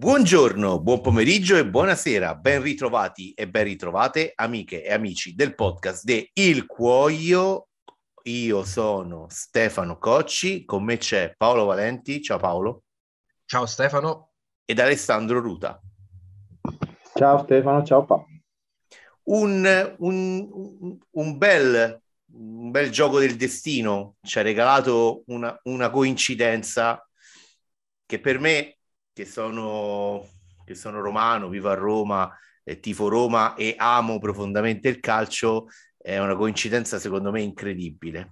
Buongiorno, buon pomeriggio e buonasera, ben ritrovati e ben ritrovate amiche e amici del podcast de Il Cuoio. Io sono Stefano Cocci, con me c'è Paolo Valenti, ciao Paolo. Ciao Stefano. Ed Alessandro Ruta. Ciao Stefano, ciao Paolo. Un bel gioco del destino ci ha regalato una coincidenza che per me, che sono romano, vivo a Roma, tifo Roma e amo profondamente il calcio, è una coincidenza secondo me incredibile.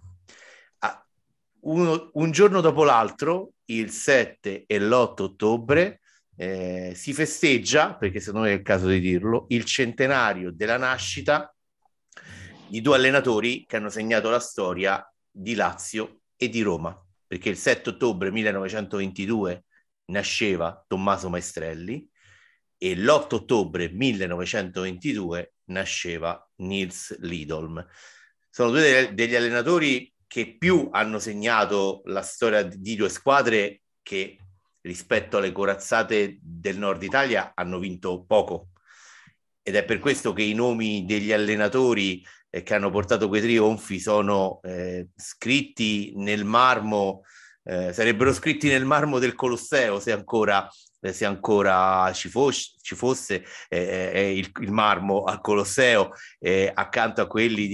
Un giorno dopo l'altro, il 7 e l'8 ottobre, si festeggia, perché secondo me è il caso di dirlo, il centenario della nascita di due allenatori che hanno segnato la storia di Lazio e di Roma, perché il 7 ottobre 1922 nasceva Tommaso Maestrelli e l'8 ottobre 1922 nasceva Nils Lidolm. Sono due degli allenatori che più hanno segnato la storia di due squadre che rispetto alle corazzate del nord Italia hanno vinto poco, ed è per questo che i nomi degli allenatori che hanno portato quei trionfi sono scritti nel marmo, sarebbero scritti nel marmo del Colosseo se ancora ci fosse il marmo al Colosseo, accanto a quelli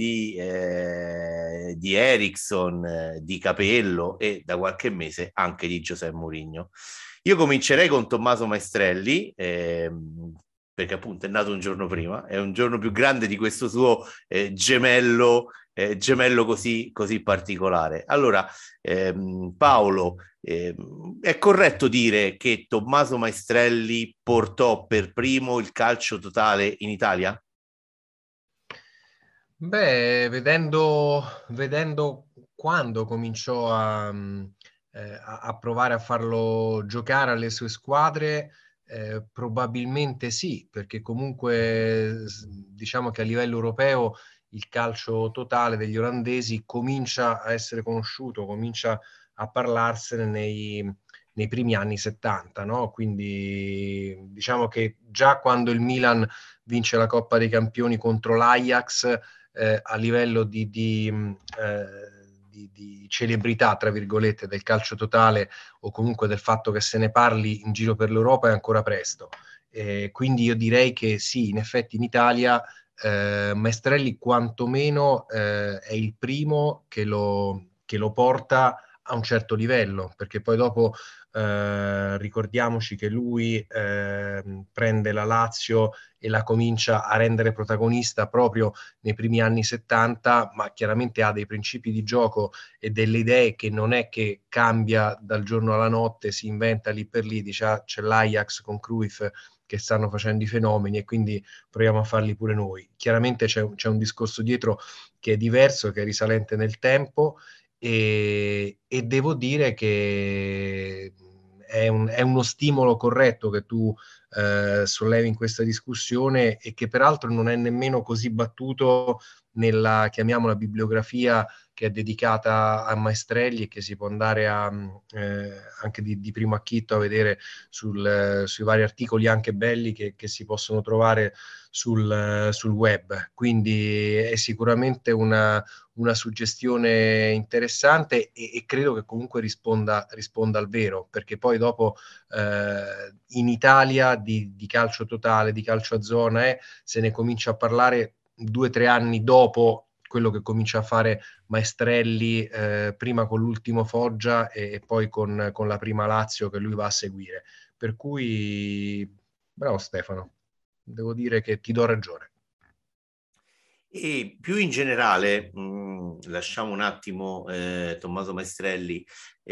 di Eriksson, di Capello e da qualche mese anche di José Mourinho. Io comincerei con Tommaso Maestrelli, perché appunto è nato un giorno prima, è un giorno più grande di questo suo gemello così particolare. Allora, Paolo, è corretto dire che Tommaso Maestrelli portò per primo il calcio totale in Italia? Beh, vedendo quando cominciò a provare a farlo giocare alle sue squadre, probabilmente sì, perché comunque diciamo che a livello europeo il calcio totale degli olandesi comincia a essere conosciuto, comincia a parlarsene nei primi anni 70, no? Quindi diciamo che già quando il Milan vince la Coppa dei Campioni contro l'Ajax, a livello di celebrità, tra virgolette, del calcio totale o comunque del fatto che se ne parli in giro per l'Europa è ancora presto. Quindi io direi che sì, in effetti in Italia Maestrelli quantomeno è il primo che lo porta a un certo livello, perché poi dopo ricordiamoci che lui prende la Lazio e la comincia a rendere protagonista proprio nei primi anni 70, ma chiaramente ha dei principi di gioco e delle idee che non è che cambia dal giorno alla notte, si inventa lì per lì, dice c'è l'Ajax con Cruyff che stanno facendo i fenomeni e quindi proviamo a farli pure noi. Chiaramente c'è un discorso dietro che è diverso, che è risalente nel tempo e devo dire che è uno stimolo corretto che tu sollevi in questa discussione e che peraltro non è nemmeno così battuto nella, chiamiamola, bibliografia che è dedicata a Maestrelli e che si può andare anche di primo acchito a vedere sui vari articoli anche belli che si possono trovare sul web. Quindi è sicuramente una suggestione interessante e credo che comunque risponda al vero, perché poi dopo in Italia di calcio totale, di calcio a zona, se ne comincia a parlare 2 o 3 anni dopo quello che comincia a fare Maestrelli, prima con l'ultimo Foggia e poi con la prima Lazio che lui va a seguire. Per cui, bravo Stefano, devo dire che ti do ragione. E più in generale, lasciamo un attimo Tommaso Maestrelli,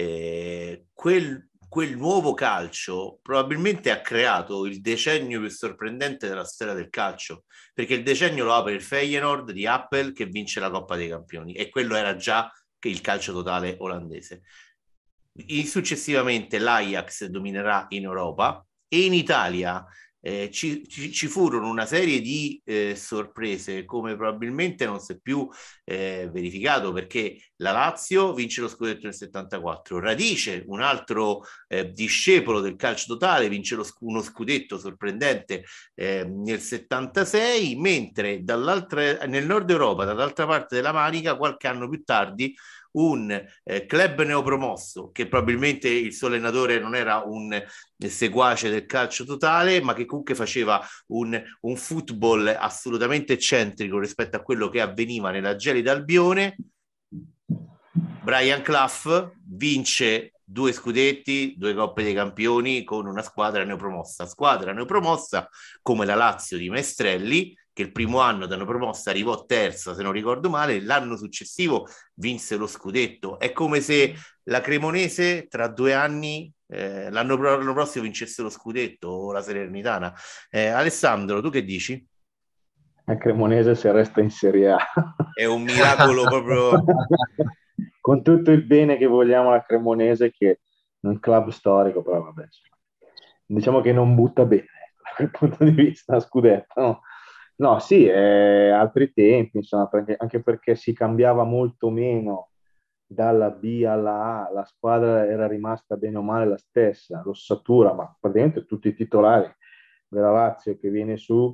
quel nuovo calcio probabilmente ha creato il decennio più sorprendente della storia del calcio, perché il decennio lo apre il Feyenoord di Appel che vince la Coppa dei Campioni e quello era già il calcio totale olandese. Successivamente l'Ajax dominerà in Europa e in Italia ci furono una serie di sorprese, come probabilmente non si è più verificato, perché la Lazio vince lo scudetto nel 74, Radice, un altro discepolo del calcio totale, vince uno scudetto sorprendente nel 76, mentre nel nord Europa, dall'altra parte della Manica, qualche anno più tardi, un club neopromosso, che probabilmente il suo allenatore non era un seguace del calcio totale, ma che comunque faceva un football assolutamente eccentrico rispetto a quello che avveniva nella gelida Albione. Brian Clough vince 2 scudetti, 2 Coppe dei Campioni con una squadra neopromossa come la Lazio di Maestrelli, che il primo anno da neopromossa arrivò terza, se non ricordo male, l'anno successivo vinse lo scudetto. È come se la Cremonese tra 2 anni, l'anno prossimo, vincesse lo scudetto, o la Salernitana. Alessandro, tu che dici? La Cremonese se resta in Serie A. È un miracolo proprio... Con tutto il bene che vogliamo alla Cremonese, che è un club storico, però vabbè, diciamo che non butta bene da quel punto di vista scudetto, no? No, sì, altri tempi, insomma, anche perché si cambiava molto meno dalla B alla A, la squadra era rimasta bene o male la stessa, l'ossatura, ma praticamente tutti i titolari della Lazio che viene su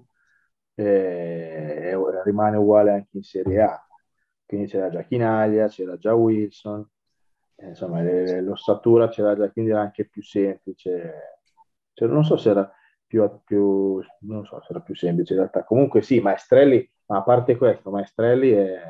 rimane uguale anche in Serie A. Quindi c'era già Chinaglia, c'era già Wilson, insomma l'ossatura c'era già, quindi era anche più semplice. Non so se era non so se era più semplice in realtà. Comunque sì, Maestrelli, ma a parte questo, Maestrelli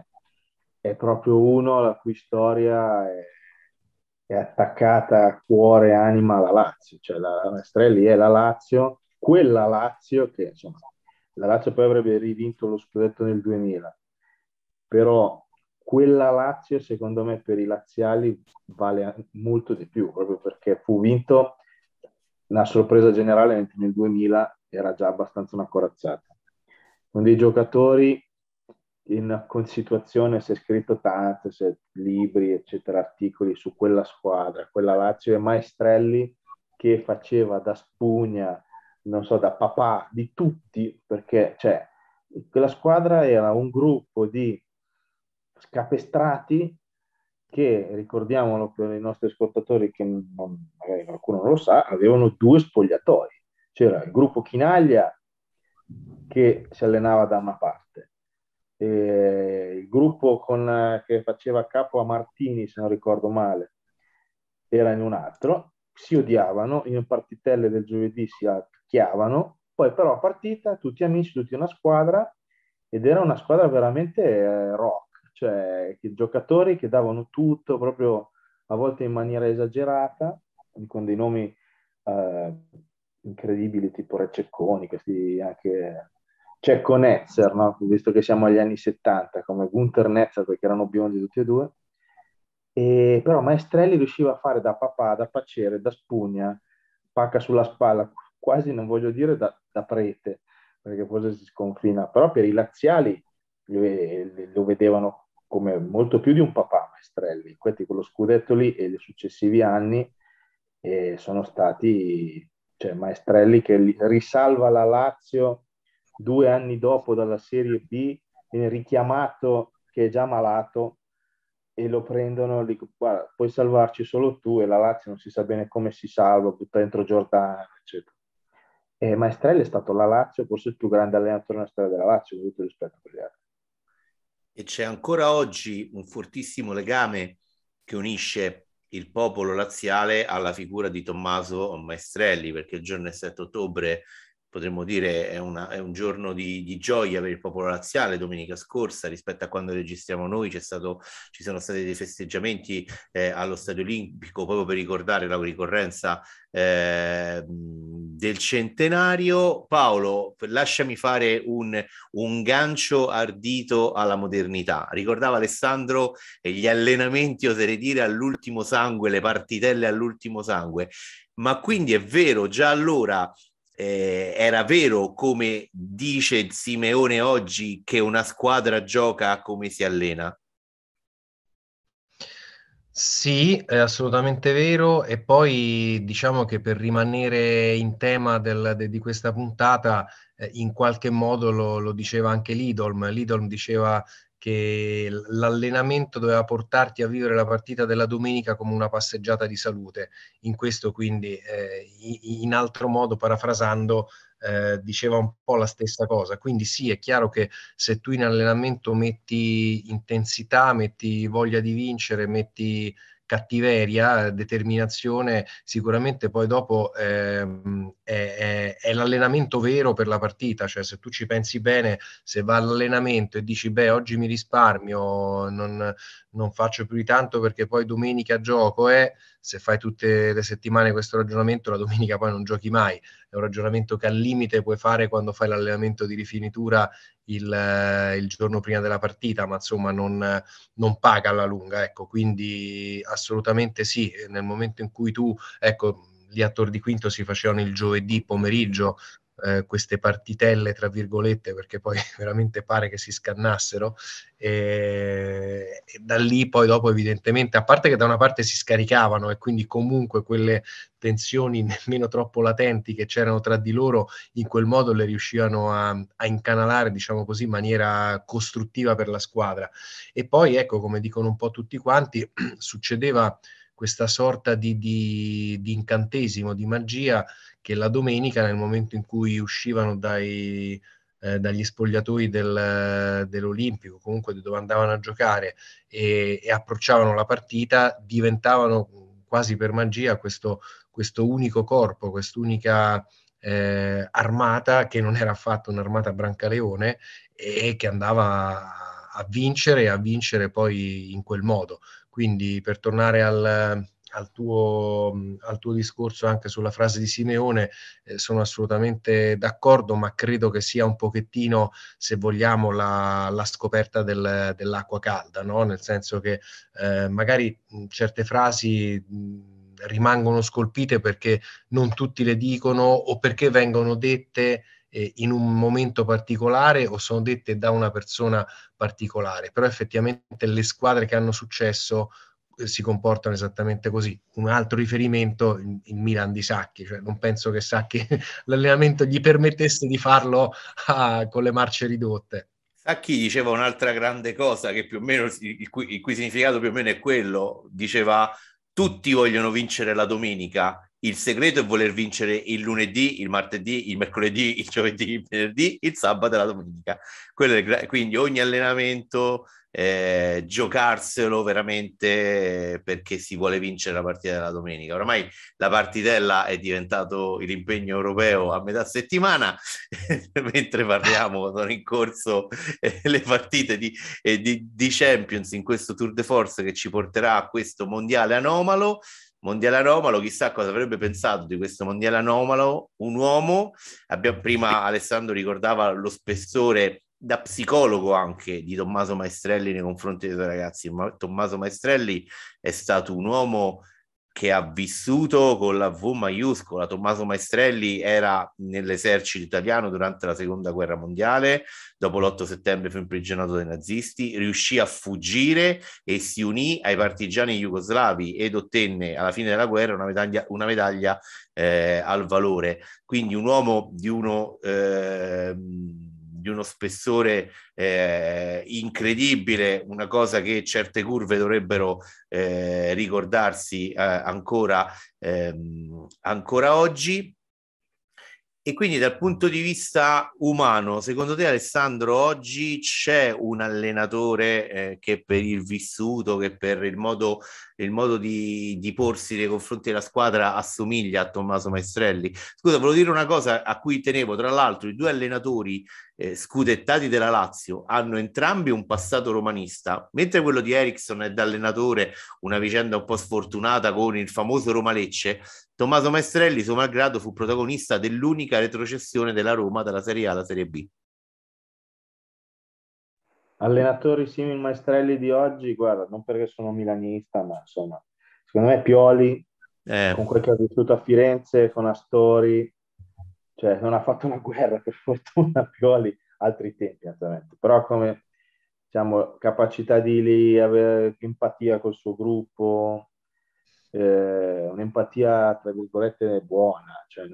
è proprio uno la cui storia è attaccata a cuore e anima alla Lazio. Cioè la Maestrelli è la Lazio, quella Lazio che insomma, la Lazio poi avrebbe rivinto lo scudetto nel 2000, però quella Lazio secondo me per i laziali vale molto di più, proprio perché fu vinto una sorpresa generale, mentre nel 2000 era già abbastanza una corazzata. Con dei giocatori con situazione, si è scritto tanto, libri, eccetera, articoli su quella squadra, quella Lazio e Maestrelli che faceva da spugna, non so, da papà, di tutti, perché cioè, quella squadra era un gruppo di scapestrati che, ricordiamolo per i nostri ascoltatori che magari qualcuno non lo sa, avevano 2 spogliatoi. C'era il gruppo Chinaglia che si allenava da una parte, il gruppo che faceva capo a Martini, se non ricordo male, era in un altro, si odiavano, in partitelle del giovedì si picchiavano, poi però a partita tutti amici, tutti una squadra, ed era una squadra veramente rock, cioè giocatori che davano tutto proprio a volte in maniera esagerata, con dei nomi incredibili tipo Rececconi, questi anche Cecco Netzer, no? Visto che siamo agli anni 70, come Gunther Netzer, perché erano biondi tutti e due. E però Maestrelli riusciva a fare da papà, da pacere, da spugna, pacca sulla spalla, quasi non voglio dire da prete, perché forse si sconfina, però per i laziali lo vedevano come molto più di un papà Maestrelli. Infatti quello scudetto lì e i successivi anni sono stati, cioè Maestrelli che risalva la Lazio 2 anni dopo dalla Serie B, viene richiamato che è già malato e lo prendono, dico, guarda, puoi salvarci solo tu, e la Lazio non si sa bene come si salva, butta dentro Giordano, eccetera. E Maestrelli è stato la Lazio, forse il più grande allenatore nella storia della Lazio, con tutto il rispetto per gli altri. E c'è ancora oggi un fortissimo legame che unisce il popolo laziale alla figura di Tommaso Maestrelli, perché il giorno del 7 ottobre potremmo dire è un giorno di gioia per il popolo laziale. Domenica scorsa, rispetto a quando registriamo noi, ci sono stati dei festeggiamenti allo Stadio Olimpico proprio per ricordare la ricorrenza del centenario. Paolo, lasciami fare un gancio ardito alla modernità. Ricordava Alessandro gli allenamenti, oserei dire, all'ultimo sangue, le partitelle all'ultimo sangue. Ma quindi è vero, già allora era vero, come dice Simeone oggi, che una squadra gioca come si allena? Sì, è assolutamente vero. E poi diciamo che per rimanere in tema di questa puntata, in qualche modo lo diceva anche Lidolm. Lidolm diceva che l'allenamento doveva portarti a vivere la partita della domenica come una passeggiata di salute. In questo, quindi, in altro modo, parafrasando, diceva un po' la stessa cosa. Quindi sì, è chiaro che se tu in allenamento metti intensità, metti voglia di vincere, metti cattiveria, determinazione, sicuramente poi dopo è l'allenamento vero per la partita. Cioè se tu ci pensi bene, se va all'allenamento e dici beh oggi mi risparmio, non faccio più di tanto perché poi domenica gioco, se fai tutte le settimane questo ragionamento, la domenica poi non giochi mai. È un ragionamento che al limite puoi fare quando fai l'allenamento di rifinitura il giorno prima della partita, ma insomma non paga alla lunga, ecco. Quindi assolutamente sì, nel momento in cui tu, ecco, gli attori di quinto si facevano il giovedì pomeriggio, queste partitelle, tra virgolette, perché poi veramente pare che si scannassero, e da lì poi dopo evidentemente, a parte che da una parte si scaricavano e quindi comunque quelle tensioni nemmeno troppo latenti che c'erano tra di loro, in quel modo le riuscivano a incanalare, diciamo così, in maniera costruttiva per la squadra. E poi, ecco, come dicono un po' tutti quanti, succedeva questa sorta di incantesimo, di magia, che la domenica, nel momento in cui uscivano dagli spogliatoi dell'Olimpico, comunque di dove andavano a giocare, e approcciavano la partita, diventavano quasi per magia questo unico corpo, quest'unica armata, che non era affatto un'armata Brancaleone, e che andava a vincere poi in quel modo. Quindi per tornare al tuo discorso anche sulla frase di Simeone, sono assolutamente d'accordo, ma credo che sia un pochettino, se vogliamo, la scoperta dell'acqua calda, no? Nel senso che magari certe frasi rimangono scolpite perché non tutti le dicono, o perché vengono dette in un momento particolare, o sono dette da una persona particolare. Però effettivamente le squadre che hanno successo si comportano esattamente così. Un altro riferimento, il Milan di Sacchi, cioè non penso che Sacchi l'allenamento gli permettesse di farlo con le marce ridotte. Sacchi diceva un'altra grande cosa che più o meno, il cui significato più o meno è quello, diceva tutti vogliono vincere la domenica, il segreto è voler vincere il lunedì, il martedì, il mercoledì, il giovedì, il venerdì, il sabato e la domenica. Quindi ogni allenamento, giocarselo veramente perché si vuole vincere la partita della domenica. Oramai la partitella è diventato l'impegno europeo a metà settimana, mentre parliamo, sono in corso le partite di Champions in questo Tour de Force che ci porterà a questo mondiale anomalo. Mondiale anomalo, chissà cosa avrebbe pensato di questo mondiale anomalo un uomo. Prima Alessandro ricordava lo spessore da psicologo anche di Tommaso Maestrelli nei confronti dei suoi ragazzi, ma Tommaso Maestrelli è stato un uomo che ha vissuto con la V maiuscola. Tommaso Maestrelli era nell'esercito italiano durante la seconda guerra mondiale, dopo l'8 settembre fu imprigionato dai nazisti, riuscì a fuggire e si unì ai partigiani jugoslavi ed ottenne alla fine della guerra una medaglia al valore. Quindi un uomo di uno spessore incredibile, una cosa che certe curve dovrebbero ricordarsi ancora oggi. E quindi dal punto di vista umano, secondo te Alessandro, oggi c'è un allenatore che per il vissuto, che per il modo di porsi nei confronti della squadra assomiglia a Tommaso Maestrelli? Scusa, volevo dire una cosa a cui tenevo, tra l'altro i due allenatori scudettati della Lazio hanno entrambi un passato romanista, mentre quello di Eriksson è da allenatore una vicenda un po' sfortunata con il famoso Roma Lecce. Tommaso Maestrelli, suo malgrado, fu protagonista dell'unica retrocessione della Roma dalla Serie A alla Serie B. Allenatori simili Maestrelli di oggi, guarda, non perché sono milanista, ma insomma, secondo me Pioli, Eh, con quel che ha vissuto a Firenze, con Astori, cioè non ha fatto una guerra, per fortuna Pioli, altri tempi, naturalmente. Però come diciamo, capacità di avere empatia col suo gruppo, un'empatia tra virgolette buona, cioè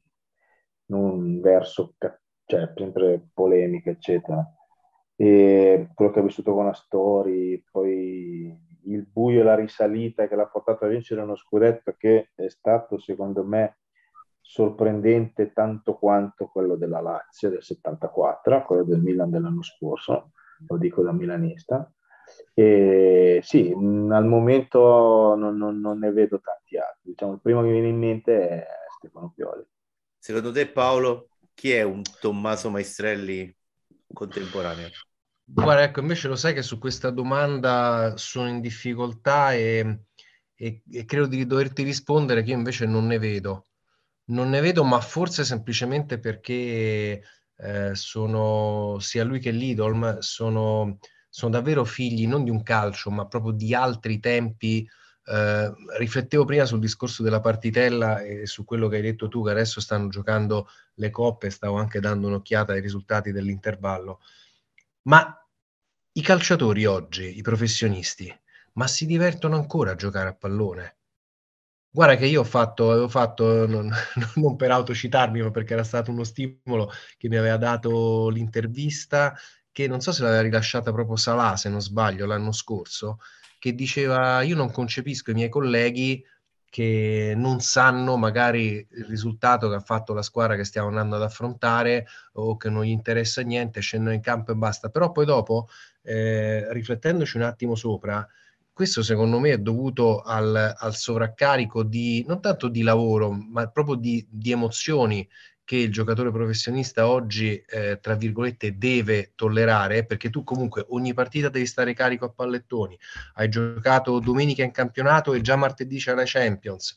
non verso, cioè sempre polemiche, eccetera. E quello che ha vissuto con Astori, poi il buio e la risalita che l'ha portato a vincere uno scudetto che è stato, secondo me, sorprendente tanto quanto quello della Lazio del 74, quello del Milan dell'anno scorso, lo dico da milanista. E sì, al momento non ne vedo tanti altri. Diciamo, il primo che mi viene in mente è Stefano Pioli. Secondo te, Paolo, chi è un Tommaso Maestrelli contemporaneo? Guarda, ecco, invece lo sai che su questa domanda sono in difficoltà e credo di doverti rispondere che io invece non ne vedo. Non ne vedo, ma forse semplicemente perché sono sia lui che Lidolm sono davvero figli non di un calcio, ma proprio di altri tempi. Riflettevo prima sul discorso della partitella e su quello che hai detto tu, che adesso stanno giocando le coppe, stavo anche dando un'occhiata ai risultati dell'intervallo. Ma i calciatori oggi, i professionisti, ma si divertono ancora a giocare a pallone? Guarda che io avevo fatto, non per autocitarmi, ma perché era stato uno stimolo che mi aveva dato l'intervista, che non so se l'aveva rilasciata proprio Salà, se non sbaglio, l'anno scorso, che diceva: io non concepisco i miei colleghi che non sanno magari il risultato che ha fatto la squadra che stiamo andando ad affrontare o che non gli interessa niente, scendono in campo e basta. Però poi dopo, riflettendoci un attimo sopra, questo secondo me è dovuto al sovraccarico di, non tanto di lavoro, ma proprio di emozioni che il giocatore professionista oggi, tra virgolette, deve tollerare, perché tu comunque ogni partita devi stare carico a pallettoni. Hai giocato domenica in campionato e già martedì c'è la Champions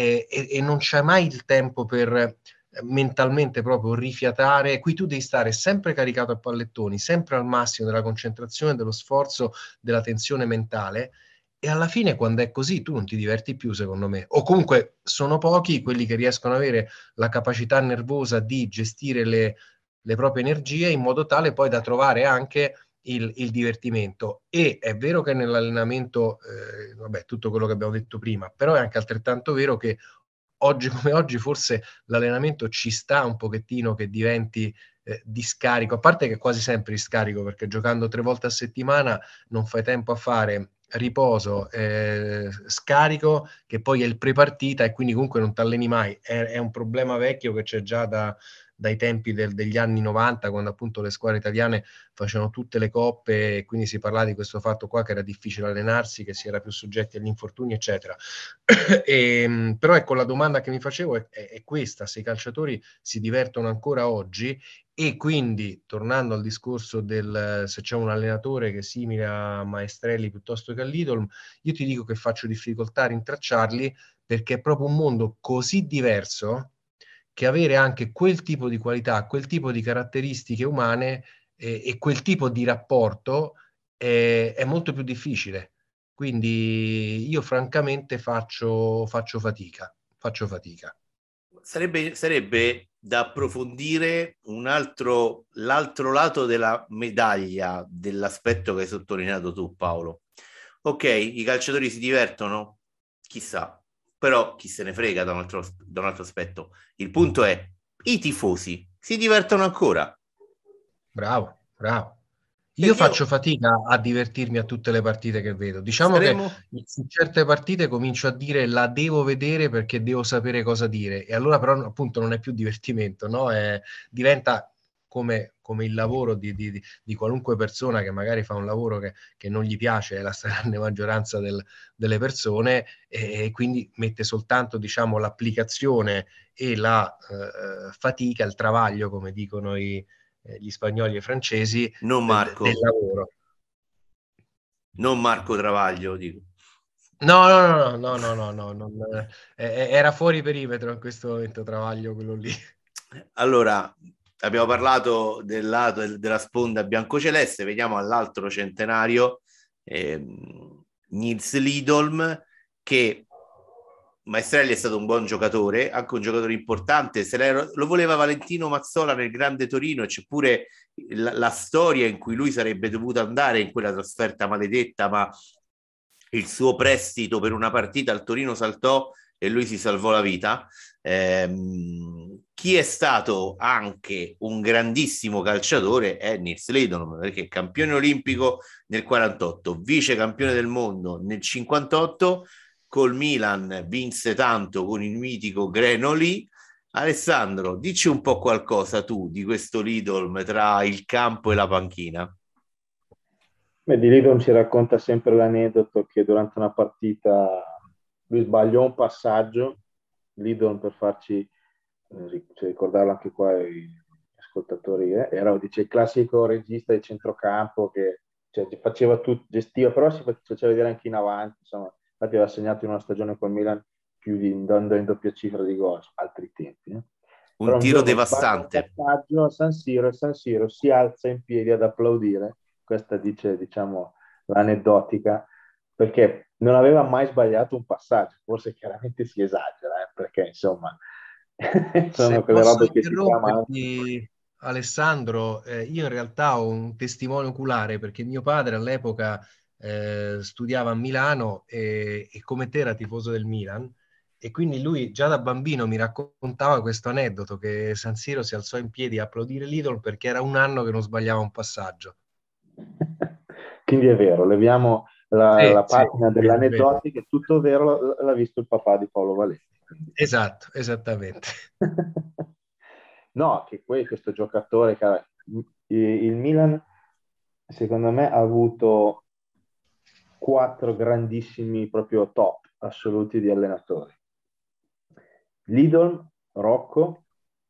e non c'è mai il tempo per mentalmente proprio rifiatare. Qui tu devi stare sempre caricato a pallettoni, sempre al massimo della concentrazione, dello sforzo, della tensione mentale. E alla fine, quando è così, tu non ti diverti più, secondo me. O comunque sono pochi quelli che riescono ad avere la capacità nervosa di gestire le proprie energie in modo tale poi da trovare anche il divertimento. E è vero che nell'allenamento, vabbè, tutto quello che abbiamo detto prima, però è anche altrettanto vero che oggi come oggi forse l'allenamento ci sta un pochettino che diventi di scarico, a parte che è quasi sempre di scarico, perché giocando 3 volte a settimana non fai tempo a fare riposo, scarico, che poi è il pre-partita e quindi comunque non ti alleni mai. È un problema vecchio che c'è già dai tempi degli anni 90, quando appunto le squadre italiane facevano tutte le coppe e quindi si parlava di questo fatto qua che era difficile allenarsi, che si era più soggetti agli infortuni, eccetera. Però ecco, la domanda che mi facevo è questa: se i calciatori si divertono ancora oggi. E quindi, tornando al discorso del se c'è un allenatore che è simile a Maestrelli piuttosto che a Lidl, io ti dico che faccio difficoltà a rintracciarli, perché è proprio un mondo così diverso che avere anche quel tipo di qualità, quel tipo di caratteristiche umane e quel tipo di rapporto è molto più difficile. Quindi io francamente faccio fatica, faccio fatica. Sarebbe da approfondire l'altro lato della medaglia dell'aspetto che hai sottolineato tu, Paolo. Ok, i calciatori si divertono? Chissà, però chi se ne frega da un altro aspetto. Il punto è, i tifosi si divertono ancora? Bravo, bravo. Io Perché faccio io fatica a divertirmi a tutte le partite che vedo. Diciamo che saremo... su certe partite comincio a dire la devo vedere perché devo sapere cosa dire. E allora però appunto non è più divertimento, no? Diventa come il lavoro di qualunque persona che magari fa un lavoro che non gli piace, è la stragrande maggioranza delle persone, e quindi mette soltanto, diciamo, l'applicazione e la fatica, il travaglio, come dicono gli spagnoli e i francesi, Non del Marco, lavoro. non Marco Travaglio, dico. No, no, no, no, no, no, no, era fuori perimetro in questo momento, Travaglio, quello lì. Allora, abbiamo parlato del lato della sponda biancoceleste, veniamo all'altro centenario, Nils Lidolm, che Maestrelli è stato un buon giocatore, anche un giocatore importante, lo voleva Valentino Mazzola nel Grande Torino, e c'è pure la storia in cui lui sarebbe dovuto andare in quella trasferta maledetta, ma il suo prestito per una partita al Torino saltò e lui si salvò la vita. Chi è stato anche un grandissimo calciatore è Nils Lidholm, perché è campione olimpico nel 48, vice campione del mondo nel 58, col Milan vinse tanto con il mitico Grenoli. Alessandro, dici un po' qualcosa tu di questo Lidholm tra il campo e la panchina. Beh, di Lidon ci racconta sempre l'aneddoto che durante una partita lui sbagliò un passaggio, Lidon, per farci ricordarlo anche qua ai ascoltatori, era, dice, il classico regista di centrocampo che, cioè, faceva tutto, gestiva, però si faceva vedere anche in avanti, insomma, infatti aveva segnato in una stagione col Milan più di, andando in doppia cifra di gol, altri tempi. Un Però tiro giorno sbaglia un devastante. passaggio a San Siro, e San Siro si alza in piedi ad applaudire. Questa dice, diciamo, l'aneddotica, perché non aveva mai sbagliato un passaggio. Forse chiaramente si esagera, perché insomma Se sono quelle posso robe che si chiamano. interromperti, Alessandro, io in realtà ho un testimone oculare perché mio padre all'epoca studiava a Milano e come te era tifoso del Milan e quindi lui già da bambino mi raccontava questo aneddoto che San Siro si alzò in piedi a applaudire l'Idol perché era un anno che non sbagliava un passaggio. Quindi è vero, leviamo la, Sì, la sì, pagina vero, vero. dell'aneddotica, è tutto vero, l'ha visto il papà di Paolo Valenti. Esatto, esattamente. No, che poi questo giocatore, cara, il Milan, secondo me, ha avuto quattro grandissimi proprio top assoluti di allenatori. Lidl, Rocco,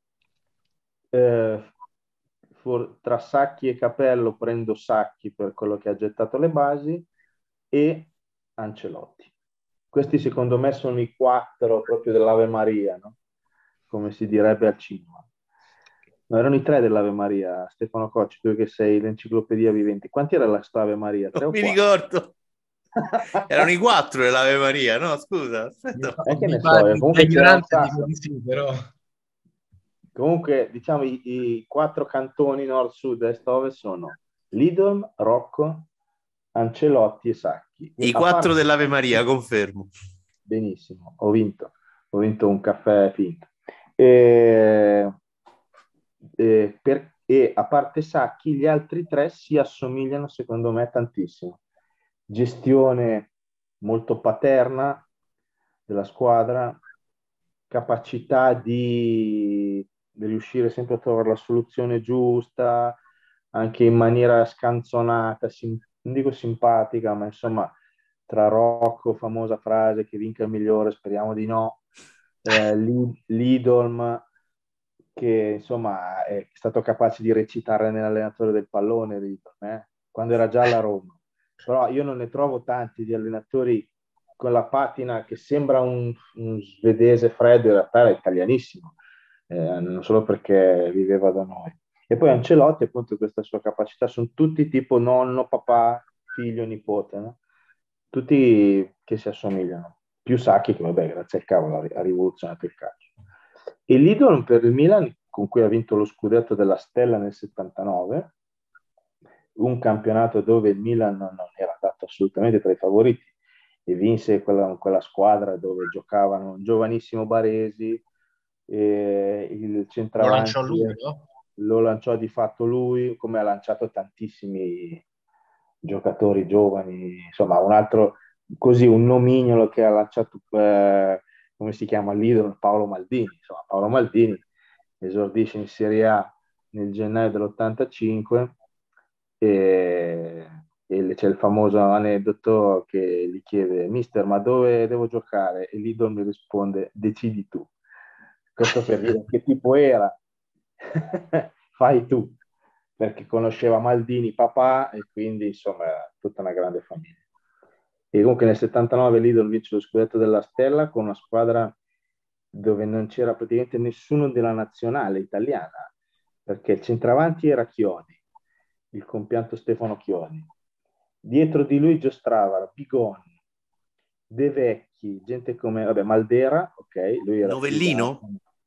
eh, tra Sacchi e Capello prendo Sacchi per quello che ha gettato le basi, e Ancelotti. Questi secondo me sono i quattro proprio dell'Ave Maria, no? Come si direbbe al cinema. No, erano i tre dell'Ave Maria, Stefano Cocci, tu che sei l'enciclopedia vivente. Quanti era la sta Ave Maria? Non Tre o mi quattro? ricordo. Erano i quattro dell'Ave Maria, no? Scusa, aspetta. Che Mi ne so, pare da comunque c'era un ignorante dico sacco. di sì, però Comunque, diciamo, i quattro cantoni nord, sud, est, ovest sono Lidl, Rocco, Ancelotti e Sacchi. E I a quattro parte dell'Ave Maria, Sacchi, confermo. benissimo, ho vinto un caffè finto. E, e a parte Sacchi, gli altri tre si assomigliano secondo me tantissimo. Gestione molto paterna della squadra, capacità di riuscire sempre a trovare la soluzione giusta, anche in maniera scanzonata, non dico simpatica, ma insomma, tra Rocco, famosa frase che vinca il migliore, speriamo di no, Lidolm, che insomma è stato capace di recitare nell'allenatore del pallone, Lidolm, quando era già alla Roma. Però io non ne trovo tanti di allenatori con la patina che sembra un svedese freddo, in realtà era italianissimo, non solo perché viveva da noi. E poi Ancelotti, appunto, questa sua capacità, sono tutti tipo nonno, papà, figlio, nipote, no? Tutti che si assomigliano. Più Sacchi che, vabbè, grazie al cavolo, ha rivoluzionato il calcio. E l'idolo per il Milan, con cui ha vinto lo scudetto della Stella nel 79, un campionato dove il Milan non era andato assolutamente tra i favoriti, e vinse quella squadra dove giocavano un giovanissimo Baresi, il lo lanciò centravanti lui, no? lo lanciò di fatto lui, come ha lanciato tantissimi giocatori giovani, insomma un altro, così un nomignolo che ha lanciato, come si chiama l'idolo, Paolo Maldini. Insomma, Paolo Maldini esordisce in Serie A nel gennaio dell'85, e c'è il famoso aneddoto che gli chiede: Mister, ma dove devo giocare? E l'idolo mi risponde: decidi tu. Questo per dire che tipo era. Fai tu, perché conosceva Maldini papà, e quindi insomma era tutta una grande famiglia. E comunque nel 79 l'Idol vince lo scudetto della Stella con una squadra dove non c'era praticamente nessuno della nazionale italiana, perché il centravanti era Chiodi, il compianto Stefano Chiodi. Dietro di lui giostravano Bigoni, De Vecchi, ricchi, gente come, vabbè, Maldera, ok, lui era Novellino?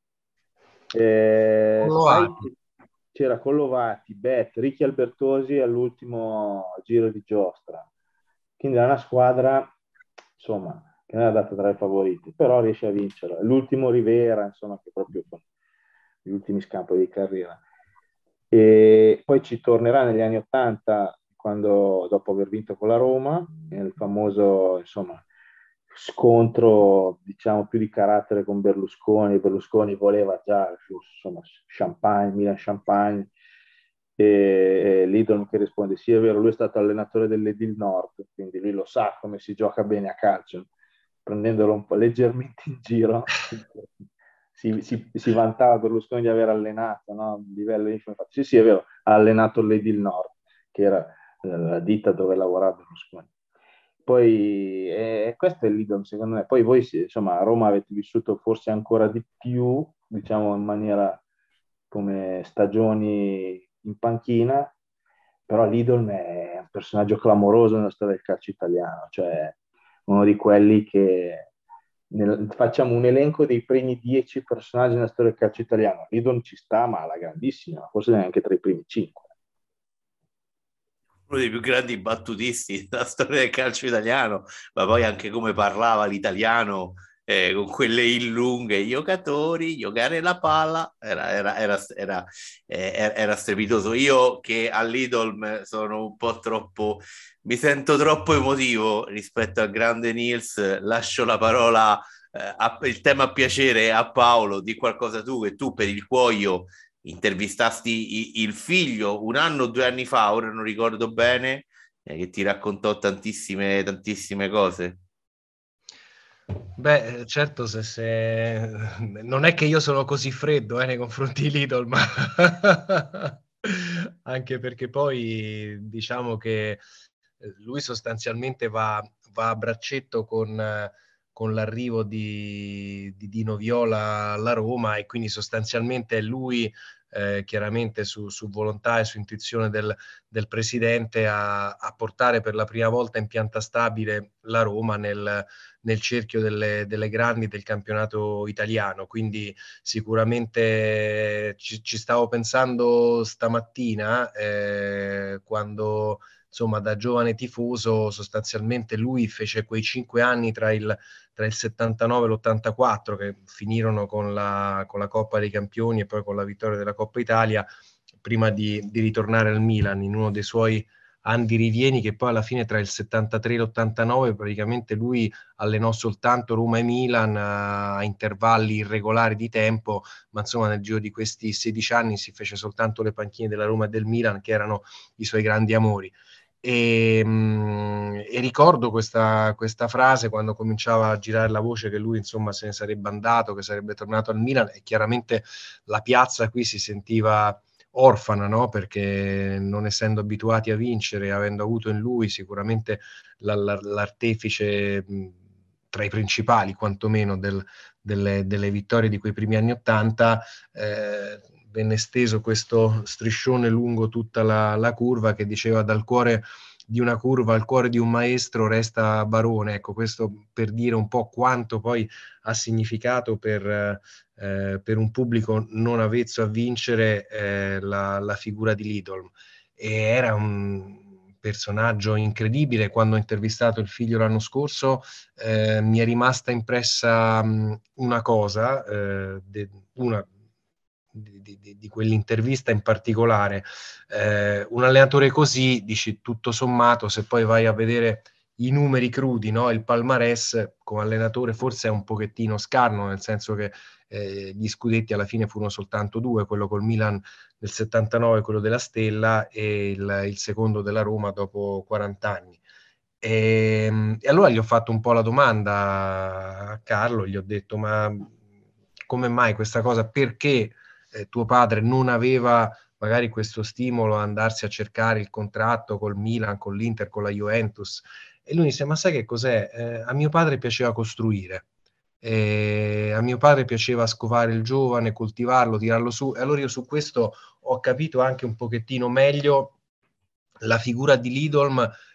sai che c'era Collovati, Bet, Ricchi Albertosi all'ultimo giro di giostra, quindi era una squadra, insomma, che non era data tra i favoriti, però riesce a vincerla. L'ultimo Rivera, insomma, che proprio con gli ultimi scampi di carriera. E poi ci tornerà negli anni '80, quando, dopo aver vinto con la Roma, nel famoso, insomma, scontro, diciamo, più di carattere con Berlusconi. Berlusconi voleva già, insomma, Champagne, Milan Champagne, e Lidl che risponde: sì, è vero, lui è stato allenatore dell'Edil Nord, quindi lui lo sa come si gioca bene a calcio, prendendolo un po' leggermente in giro. Si vantava Berlusconi di aver allenato, no? A livello infatti, sì, sì, è vero, ha allenato l'Edil Nord, che era la ditta dove lavorava Berlusconi. Poi questo è l'idolo, secondo me. Poi voi, insomma, a Roma avete vissuto forse ancora di più, diciamo, in maniera come stagioni in panchina, però l'idol è un personaggio clamoroso nella storia del calcio italiano, cioè uno di quelli che facciamo un elenco dei primi 10 personaggi nella storia del calcio italiano. L'idol ci sta, ma alla grandissima, forse neanche tra i primi 5. Uno dei più grandi battutisti della storia del calcio italiano, ma poi anche come parlava l'italiano, con quelle illunghe, giocatori, giocare la palla, era strepitoso. Io che all'Idol sono un po' troppo, mi sento troppo emotivo rispetto al grande Nils, lascio la parola, il tema a piacere a Paolo, di qualcosa tu, che tu per il cuoio intervistasti il figlio 1 anno o 2 anni fa, ora non ricordo bene, che ti raccontò tantissime cose. Beh, certo, non è che io sono così freddo nei confronti di Lidl, ma anche perché poi diciamo che lui sostanzialmente va a braccetto con l'arrivo di Dino Viola alla Roma, e quindi sostanzialmente è lui, chiaramente su volontà e su intuizione del presidente, a portare per la prima volta in pianta stabile la Roma nel cerchio delle grandi del campionato italiano. Quindi sicuramente ci stavo pensando stamattina, quando insomma da giovane tifoso sostanzialmente lui fece quei 5 anni tra il 79 e l'84, che finirono con la Coppa dei Campioni e poi con la vittoria della Coppa Italia, prima di ritornare al Milan in uno dei suoi Andi Rivieni, che poi alla fine tra il 73 e l'89 praticamente lui allenò soltanto Roma e Milan a intervalli irregolari di tempo, ma insomma nel giro di questi 16 anni si fece soltanto le panchine della Roma e del Milan, che erano i suoi grandi amori. E ricordo questa frase quando cominciava a girare la voce che lui insomma se ne sarebbe andato, che sarebbe tornato al Milan, e chiaramente la piazza qui si sentiva orfana, no? Perché non essendo abituati a vincere, avendo avuto in lui sicuramente l'artefice tra i principali quantomeno delle vittorie di quei primi anni '80, venne steso questo striscione lungo tutta la curva che diceva: dal cuore di una curva al cuore di un maestro resta Barone. Ecco, questo per dire un po' quanto poi ha significato per un pubblico non avvezzo a vincere la figura di Lidl. E era un personaggio incredibile. Quando ho intervistato il figlio l'anno scorso, mi è rimasta impressa una cosa, una di quell'intervista in particolare. Un allenatore così, dici, tutto sommato, se poi vai a vedere i numeri crudi, no? Il palmarès come allenatore forse è un pochettino scarno, nel senso che gli scudetti alla fine furono soltanto 2, quello col Milan del 79, quello della Stella, e il secondo della Roma dopo 40 anni. E allora gli ho fatto un po' la domanda a Carlo, gli ho detto: ma come mai questa cosa? Perché tuo padre non aveva magari questo stimolo a andarsi a cercare il contratto col Milan, con l'Inter, con la Juventus? E lui mi disse: ma sai che cos'è? A mio padre piaceva costruire. A mio padre piaceva scovare il giovane, coltivarlo, tirarlo su. E allora io su questo ho capito anche un pochettino meglio la figura di Lidolm,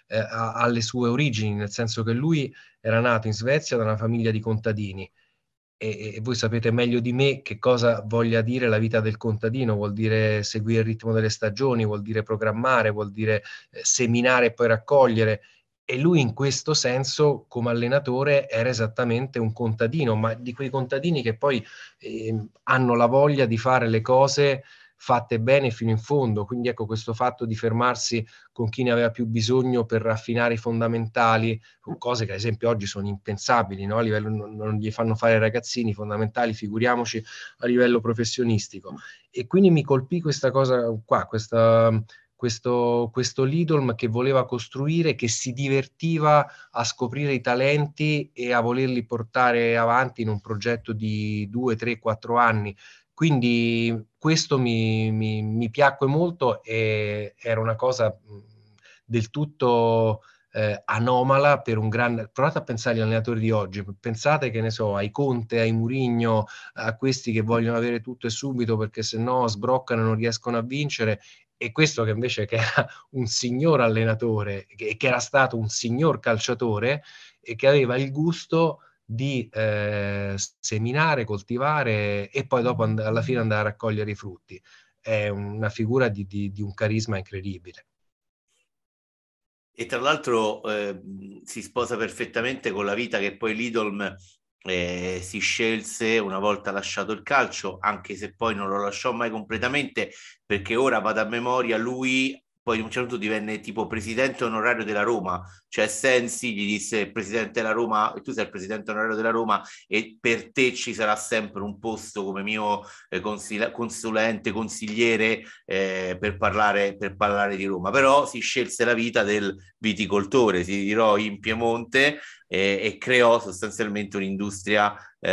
alle sue origini, nel senso che lui era nato in Svezia da una famiglia di contadini. E voi sapete meglio di me che cosa voglia dire la vita del contadino. Vuol dire seguire il ritmo delle stagioni, vuol dire programmare, vuol dire seminare e poi raccogliere. E lui in questo senso, come allenatore, era esattamente un contadino, ma di quei contadini che poi hanno la voglia di fare le cose fatte bene fino in fondo. Quindi ecco, questo fatto di fermarsi con chi ne aveva più bisogno per raffinare i fondamentali, cose che ad esempio oggi sono impensabili, no? A livello, non gli fanno fare ai ragazzini fondamentali, figuriamoci a livello professionistico. E quindi mi colpì questa cosa qua, questo Lidl che voleva costruire, che si divertiva a scoprire i talenti e a volerli portare avanti in un progetto di 2, 3, 4 anni. Quindi questo mi piacque molto e era una cosa del tutto anomala per un grande... Provate a pensare agli allenatori di oggi, pensate che ne so, ai Conte, ai Mourinho, a questi che vogliono avere tutto e subito perché se no sbroccano e non riescono a vincere, e questo che invece che era un signor allenatore, che era stato un signor calciatore e che aveva il gusto di seminare, coltivare e poi dopo alla fine andare a raccogliere i frutti. È una figura di un carisma incredibile. E tra l'altro si sposa perfettamente con la vita che poi Lidl si scelse una volta lasciato il calcio, anche se poi non lo lasciò mai completamente, perché ora vado a memoria, lui poi a un certo punto divenne tipo presidente onorario della Roma, cioè Sensi gli disse il presidente della Roma, tu sei il presidente onorario della Roma e per te ci sarà sempre un posto come mio consulente, consigliere per parlare di Roma, però si scelse la vita del viticoltore, si tirò in Piemonte e creò sostanzialmente un'industria,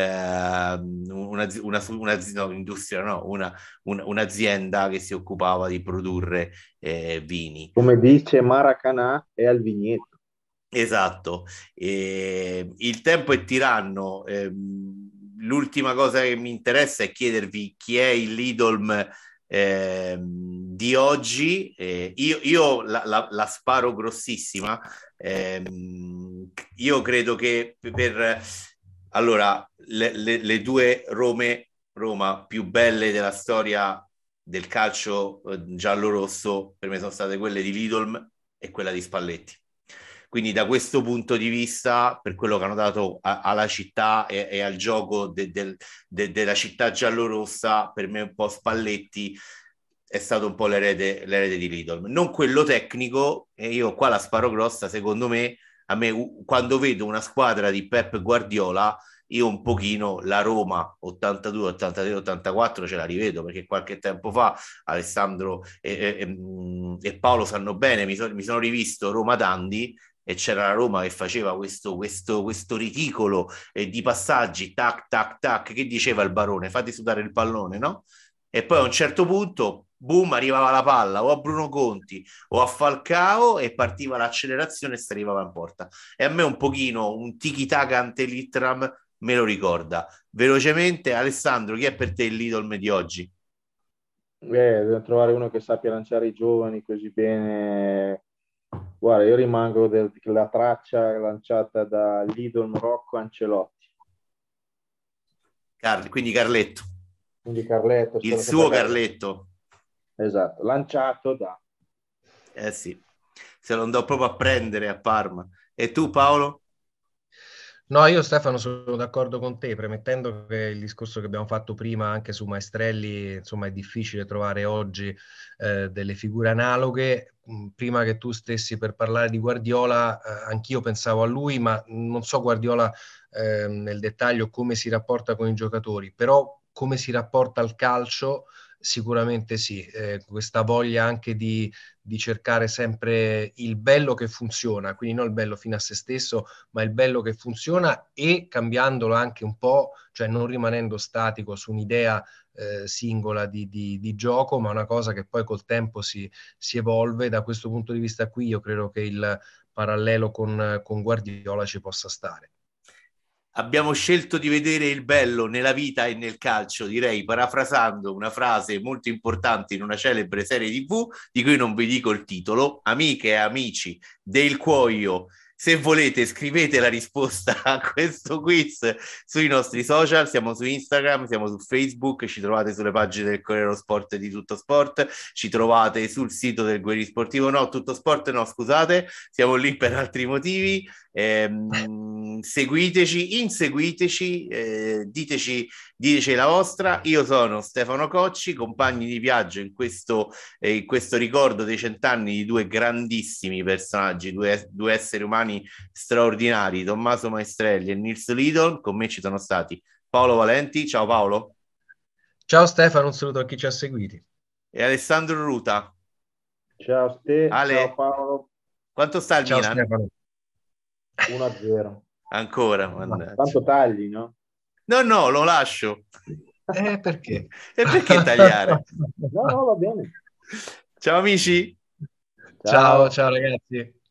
un'azienda che si occupava di produrre vini. Come dice Maracanã, è al vigneto. Esatto, il tempo è tiranno. L'ultima cosa che mi interessa è chiedervi chi è il Lidl di oggi. Io la sparo grossissima. Io credo che allora le due Roma più belle della storia del calcio giallo-rosso per me sono state quelle di Lidl e quella di Spalletti. Quindi da questo punto di vista, per quello che hanno dato alla città e al gioco della città giallorossa, per me un po' Spalletti è stato un po' l'erede di Lidl. Non quello tecnico, e io qua la sparo grossa, secondo me, a me quando vedo una squadra di Pep Guardiola, io un pochino la Roma 82, 83, 84 ce la rivedo, perché qualche tempo fa Alessandro e Paolo sanno bene, mi sono rivisto Roma Dandi e c'era la Roma che faceva questo reticolo di passaggi, tac, tac, tac, che diceva il barone, fate sudare il pallone, no? E poi a un certo punto, boom, arrivava la palla o a Bruno Conti o a Falcao e partiva l'accelerazione e si arrivava in porta. E a me un pochino, un tiki-taka ante litteram me lo ricorda. Velocemente, Alessandro, chi è per te il Lidl di oggi? Devo trovare uno che sappia lanciare i giovani così bene. Guarda, io rimango della traccia lanciata da Lidl Rocco Ancelotti. Quindi Carletto. Quindi Carletto. Il suo Carletto. Esatto, lanciato da... Eh sì, se lo andò proprio a prendere a Parma. E tu Paolo? No, io Stefano sono d'accordo con te, premettendo che il discorso che abbiamo fatto prima anche su Maestrelli, insomma, è difficile trovare oggi delle figure analoghe. Prima che tu stessi per parlare di Guardiola, anch'io pensavo a lui, ma non so Guardiola nel dettaglio come si rapporta con i giocatori, però come si rapporta al calcio sicuramente sì, questa voglia anche di cercare sempre il bello che funziona, quindi non il bello fino a se stesso, ma il bello che funziona e cambiandolo anche un po', cioè non rimanendo statico su un'idea singola di gioco, ma una cosa che poi col tempo si evolve. Da questo punto di vista qui io credo che il parallelo con Guardiola ci possa stare. abbiamo scelto di vedere il bello nella vita e nel calcio, direi, parafrasando una frase molto importante in una celebre serie TV, di cui non vi dico il titolo. Amiche e amici del Cuoio, se volete scrivete la risposta a questo quiz sui nostri social, siamo su Instagram, siamo su Facebook, ci trovate sulle pagine del Corriere dello Sport e di Tutto Sport, ci trovate sul sito del Guerriero Sportivo, no, Tutto Sport no, scusate, siamo lì per altri motivi. Seguiteci, inseguiteci, diteci la vostra. Io sono Stefano Cocci, compagni di viaggio in questo ricordo dei 100 anni di due grandissimi personaggi, due esseri umani straordinari, Tommaso Maestrelli e Nils Lidl. Con me ci sono stati Paolo Valenti, ciao Paolo. Ciao Stefano, un saluto a chi ci ha seguiti. E Alessandro Ruta. Ciao Ste, Ale, ciao Paolo. Quanto sta il Ciao Milan? Stefano. 1-0. Ancora, tanto tagli, no? No, lo lascio. Perché? E perché tagliare? No, va bene. Ciao amici. Ciao ragazzi.